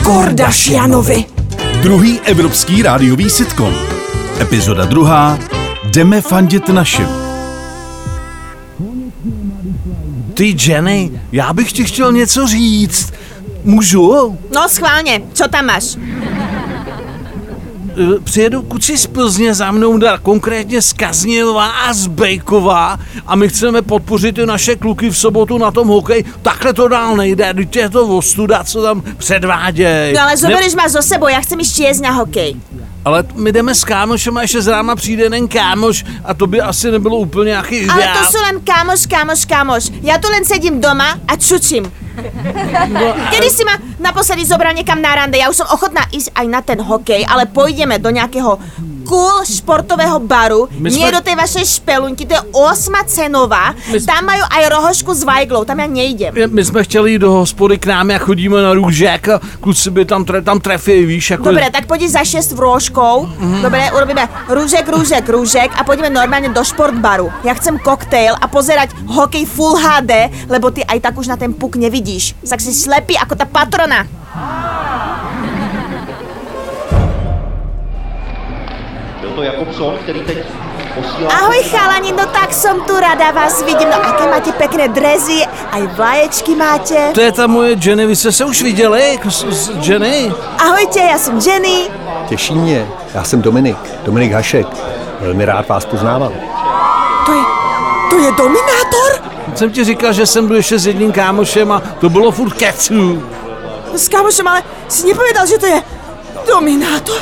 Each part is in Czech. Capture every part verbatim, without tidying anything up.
Kordashianovi. Druhý evropský rádiový sitcom. Epizoda druhá. Jdeme fandit našim. Ty, Jenny, já bych ti chtěl něco říct. Můžu? No schválně, co tam máš? Přijedu kuci z Plzně za mnou, dá konkrétně z Kazněva a z Bejkova a my chceme podpořit i naše kluky v sobotu na tom hokeji. Takhle to dál nejde, teď je to ostuda, co tam předváděj. No ale zoberiš ne... ma zo sebou, já chcem ještě jíst na hokej. Ale my jdeme s kámošem a ještě z rána přijde jeden kámoš a to by asi nebylo úplně nějaký ideál. Ale to jsou len kámoš, kámoš, kámoš. Já tu len sedím doma a čučím. No, Kedy si ma naposledy zobral někam na rande? Já už jsem ochotná ísť aj na ten hokej, ale pôjdeme do nějakého cool športového baru, my nie sme... do tej vašej špeluňky, to je osma cenová, my... tam majú aj rohošku s vajglou, tam ja nejdem. My jsme chtěli jít do hospody k nám, jak chodíme na růžek a kluci by tam, tre, tam trefí, víš, jako... Dobre, tak pôjdeš za šest vrôžkou, mm-hmm. Dobre, urobíme rúžek, rúžek, rúžek a pôjdeme normálne do športbaru. Ja chcem koktejl a pozerať hokej Full há dé, lebo ty aj tak už na ten puk nevidíš. Tak si slepý ako tá patrona. To Jakobson, který teď posílá... Ahoj chalani, no tak som tu rada vás vidím. No aké máte pekné drezy, aj vlaječky máte. To je ta moje Jenny, vy jste se už viděli s, s Jenny? Ahojte, já jsem Jenny. Těší mě, já jsem Dominik, Dominik Hašek. Velmi rád vás poznávám. To je, to je Dominátor? Jsem ti říkal, že jsem byl ještě s jedním kámošem a to bylo furt keců. S kámošem, ale si nepovedal, že to je Dominátor.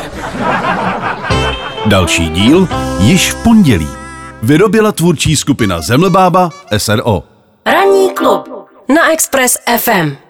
Další díl již v pondělí. Vyrobila tvůrčí skupina Zemlbába es er o. Ranní klub na Express ef em.